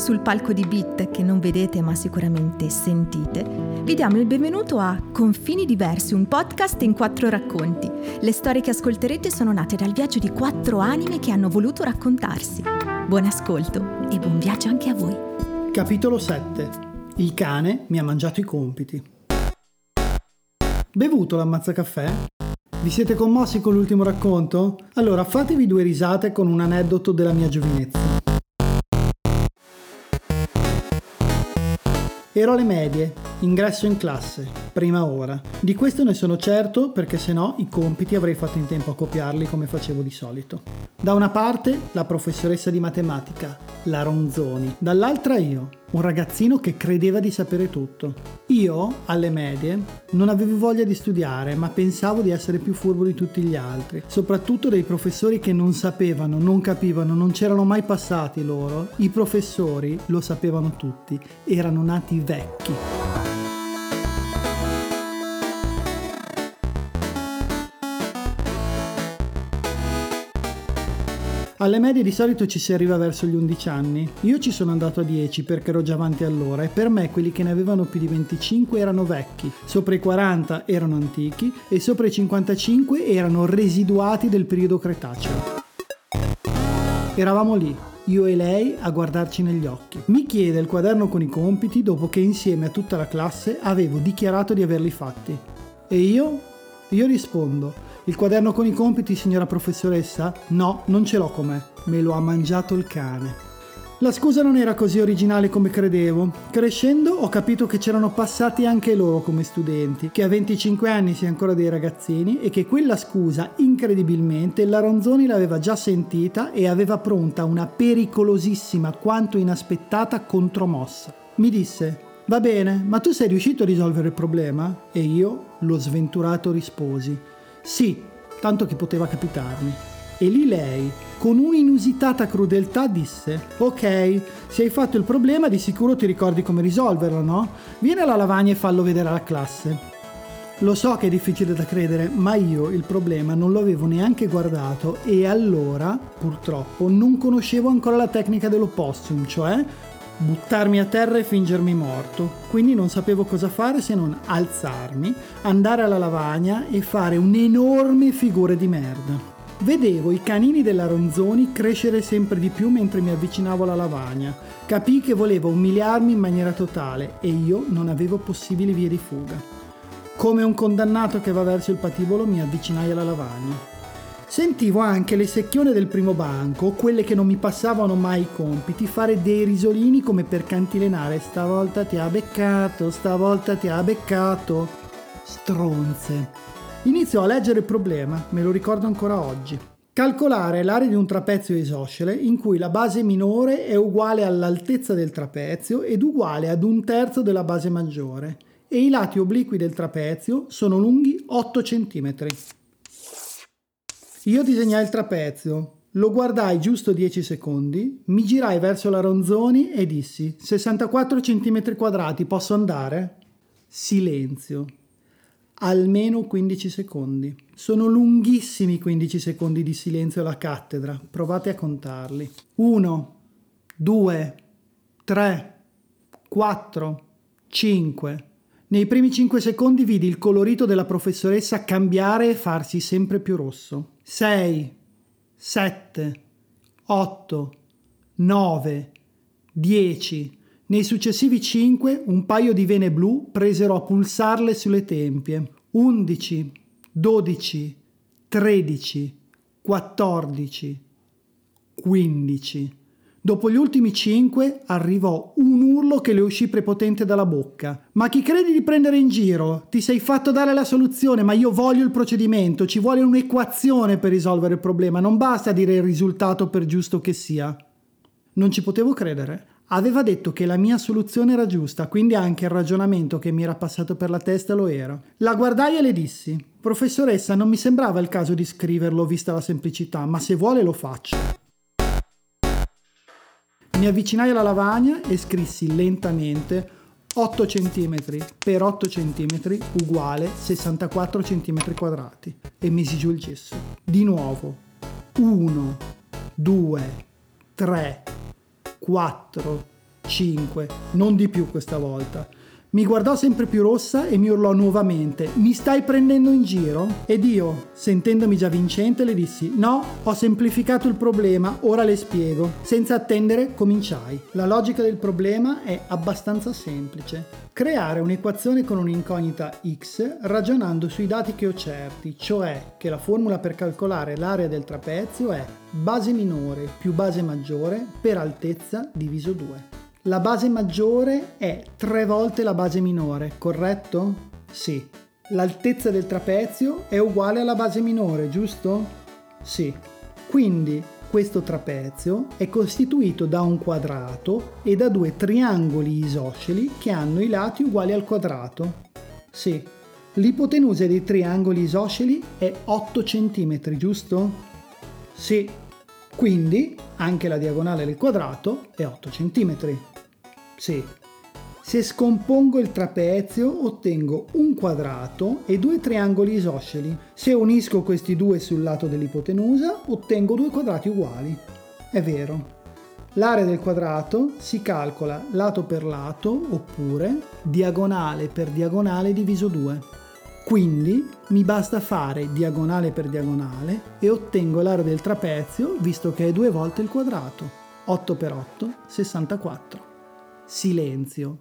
sul palco di Beat, che non vedete ma sicuramente sentite, vi diamo il benvenuto a Confini Diversi, un podcast in 4 racconti. Le storie che ascolterete sono nate dal viaggio di 4 anime che hanno voluto raccontarsi. Buon ascolto e buon viaggio anche a voi. Capitolo 7. Il cane mi ha mangiato i compiti. Bevuto l'ammazzacaffè? Vi siete commossi con l'ultimo racconto? Allora fatevi 2 risate con un aneddoto della mia giovinezza. Ero alle medie, ingresso in classe, prima ora. Di questo ne sono certo perché sennò i compiti avrei fatto in tempo a copiarli come facevo di solito. Da una parte la professoressa di matematica, la Ronzoni, dall'altra io, un ragazzino che credeva di sapere tutto. Io, alle medie, non avevo voglia di studiare, ma pensavo di essere più furbo di tutti gli altri, soprattutto dei professori che non sapevano, non capivano, non c'erano mai passati loro. I professori lo sapevano tutti, erano nati vecchi. Alle medie di solito ci si arriva verso gli 11 anni. Io ci sono andato a 10 perché ero già avanti allora e per me quelli che ne avevano più di 25 erano vecchi, sopra i 40 erano antichi e sopra i 55 erano residuati del periodo Cretaceo. Eravamo lì, io e lei, a guardarci negli occhi. Mi chiede il quaderno con i compiti dopo che insieme a tutta la classe avevo dichiarato di averli fatti. E io rispondo: il quaderno con i compiti, signora professoressa? No, non ce l'ho con me. Me lo ha mangiato il cane. La scusa non era così originale come credevo. Crescendo ho capito che c'erano passati anche loro come studenti, che a 25 anni si è ancora dei ragazzini e che quella scusa, incredibilmente, la Ronzoni l'aveva già sentita e aveva pronta una pericolosissima quanto inaspettata contromossa. Mi disse: va bene, ma tu sei riuscito a risolvere il problema? E io, lo sventurato, risposi: sì, tanto che poteva capitarmi. E lì lei, con un'inusitata crudeltà, disse: ok, se hai fatto il problema di sicuro ti ricordi come risolverlo, no? Vieni alla lavagna e fallo vedere alla classe. Lo so che è difficile da credere, ma io il problema non lo avevo neanche guardato e allora, purtroppo, non conoscevo ancora la tecnica dell'opossum, cioè buttarmi a terra e fingermi morto. Quindi non sapevo cosa fare se non alzarmi, andare alla lavagna e fare un'enorme figura di merda. Vedevo i canini della Ronzoni crescere sempre di più mentre mi avvicinavo alla lavagna. Capii che voleva umiliarmi in maniera totale e io non avevo possibili vie di fuga. Come un condannato che va verso il patibolo mi avvicinai alla lavagna. Sentivo anche le secchione del primo banco, quelle che non mi passavano mai i compiti, fare dei risolini come per cantilenare: stavolta ti ha beccato, stavolta ti ha beccato. Stronze. Inizio a leggere il problema, me lo ricordo ancora oggi. Calcolare l'area di un trapezio isoscele in cui la base minore è uguale all'altezza del trapezio ed uguale ad 1/3 della base maggiore e i lati obliqui del trapezio sono lunghi 8 cm. Io disegnai il trapezio, lo guardai giusto 10 secondi, mi girai verso la Ronzoni e dissi: 64 cm², posso andare? Silenzio. Almeno 15 secondi. Sono lunghissimi 15 secondi di silenzio alla cattedra. Provate a contarli. 1, 2, 3, 4, 5. Nei primi 5 secondi vidi il colorito della professoressa cambiare e farsi sempre più rosso. 6, 7, 8, 9, 10. Nei successivi 5 un paio di vene blu presero a pulsarle sulle tempie. 11, 12, 13, 14, 15. Dopo gli ultimi 5 arrivò un urlo che le uscì prepotente dalla bocca. Ma chi credi di prendere in giro? Ti sei fatto dare la soluzione, ma io voglio il procedimento, ci vuole un'equazione per risolvere il problema, non basta dire il risultato per giusto che sia. Non ci potevo credere. Aveva detto che la mia soluzione era giusta, quindi anche il ragionamento che mi era passato per la testa lo era. La guardai e le dissi: professoressa, non mi sembrava il caso di scriverlo vista la semplicità, ma se vuole lo faccio. Mi avvicinai alla lavagna e scrissi lentamente 8 cm per 8 cm uguale 64 cm² e misi giù il gesso. Di nuovo 1, 2, 3, 4, 5, non di più questa volta. Mi guardò sempre più rossa e mi urlò nuovamente: mi stai prendendo in giro? Ed io, sentendomi già vincente, le dissi: no, ho semplificato il problema, ora le spiego. Senza attendere, cominciai. La logica del problema è abbastanza semplice. Creare un'equazione con un'incognita x ragionando sui dati che ho certi, cioè che la formula per calcolare l'area del trapezio è base minore più base maggiore per altezza diviso 2. La base maggiore è 3 volte la base minore, corretto? Sì. L'altezza del trapezio è uguale alla base minore, giusto? Sì. Quindi questo trapezio è costituito da un quadrato e da 2 triangoli isosceli che hanno i lati uguali al quadrato. Sì. L'ipotenusa dei triangoli isosceli è 8 cm, giusto? Sì. Quindi anche la diagonale del quadrato è 8 cm. Sì. Se scompongo il trapezio ottengo un quadrato e 2 triangoli isosceli. Se unisco questi due sul lato dell'ipotenusa ottengo 2 quadrati uguali. È vero. L'area del quadrato si calcola lato per lato oppure diagonale per diagonale diviso 2. Quindi mi basta fare diagonale per diagonale e ottengo l'area del trapezio visto che è 2 volte il quadrato. 8 per 8, 64. Silenzio.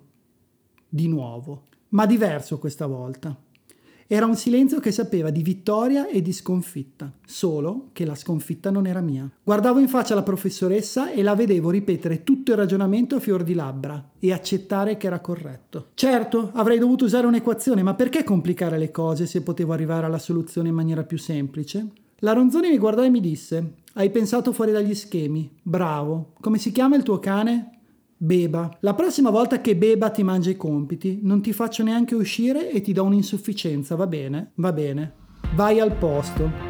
Di nuovo. Ma diverso questa volta. Era un silenzio che sapeva di vittoria e di sconfitta, solo che la sconfitta non era mia. Guardavo in faccia la professoressa e la vedevo ripetere tutto il ragionamento a fior di labbra e accettare che era corretto. Certo, avrei dovuto usare un'equazione, ma perché complicare le cose se potevo arrivare alla soluzione in maniera più semplice? La Ronzoni mi guardò e mi disse: hai pensato fuori dagli schemi, bravo. Come si chiama il tuo cane? Beba. La prossima volta che Beba ti mangia i compiti, non ti faccio neanche uscire e ti do un'insufficienza, va bene? Va bene. Vai al posto.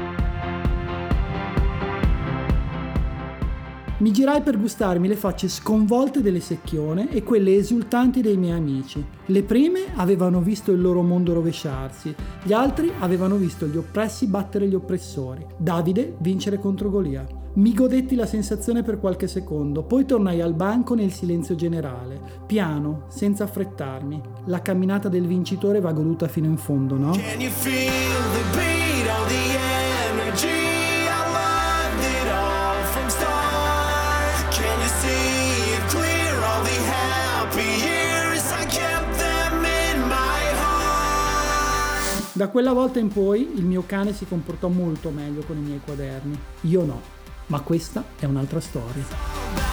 Mi girai per gustarmi le facce sconvolte delle secchione e quelle esultanti dei miei amici. Le prime avevano visto il loro mondo rovesciarsi, gli altri avevano visto gli oppressi battere gli oppressori, Davide vincere contro Golia. Mi godetti la sensazione per qualche secondo, poi tornai al banco nel silenzio generale, piano, senza affrettarmi. La camminata del vincitore va goduta fino in fondo, no? Can you feel the beat of the energy? I loved it all from start. Can you see it clear all the happy years I kept them in my heart? Da quella volta in poi il mio cane si comportò molto meglio con i miei quaderni. Io no. Ma questa è un'altra storia.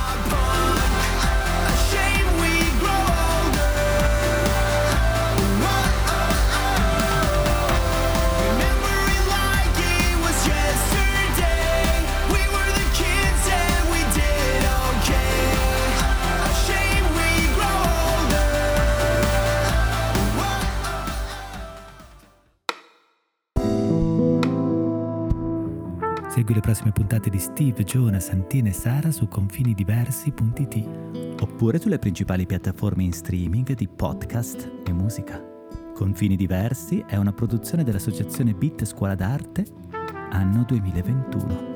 Segui le prossime puntate di Steve, Giona, Santina e Sara su confinidiversi.it oppure sulle principali piattaforme in streaming di podcast e musica. Confini Diversi è una produzione dell'associazione Beat Scuola d'Arte, anno 2021.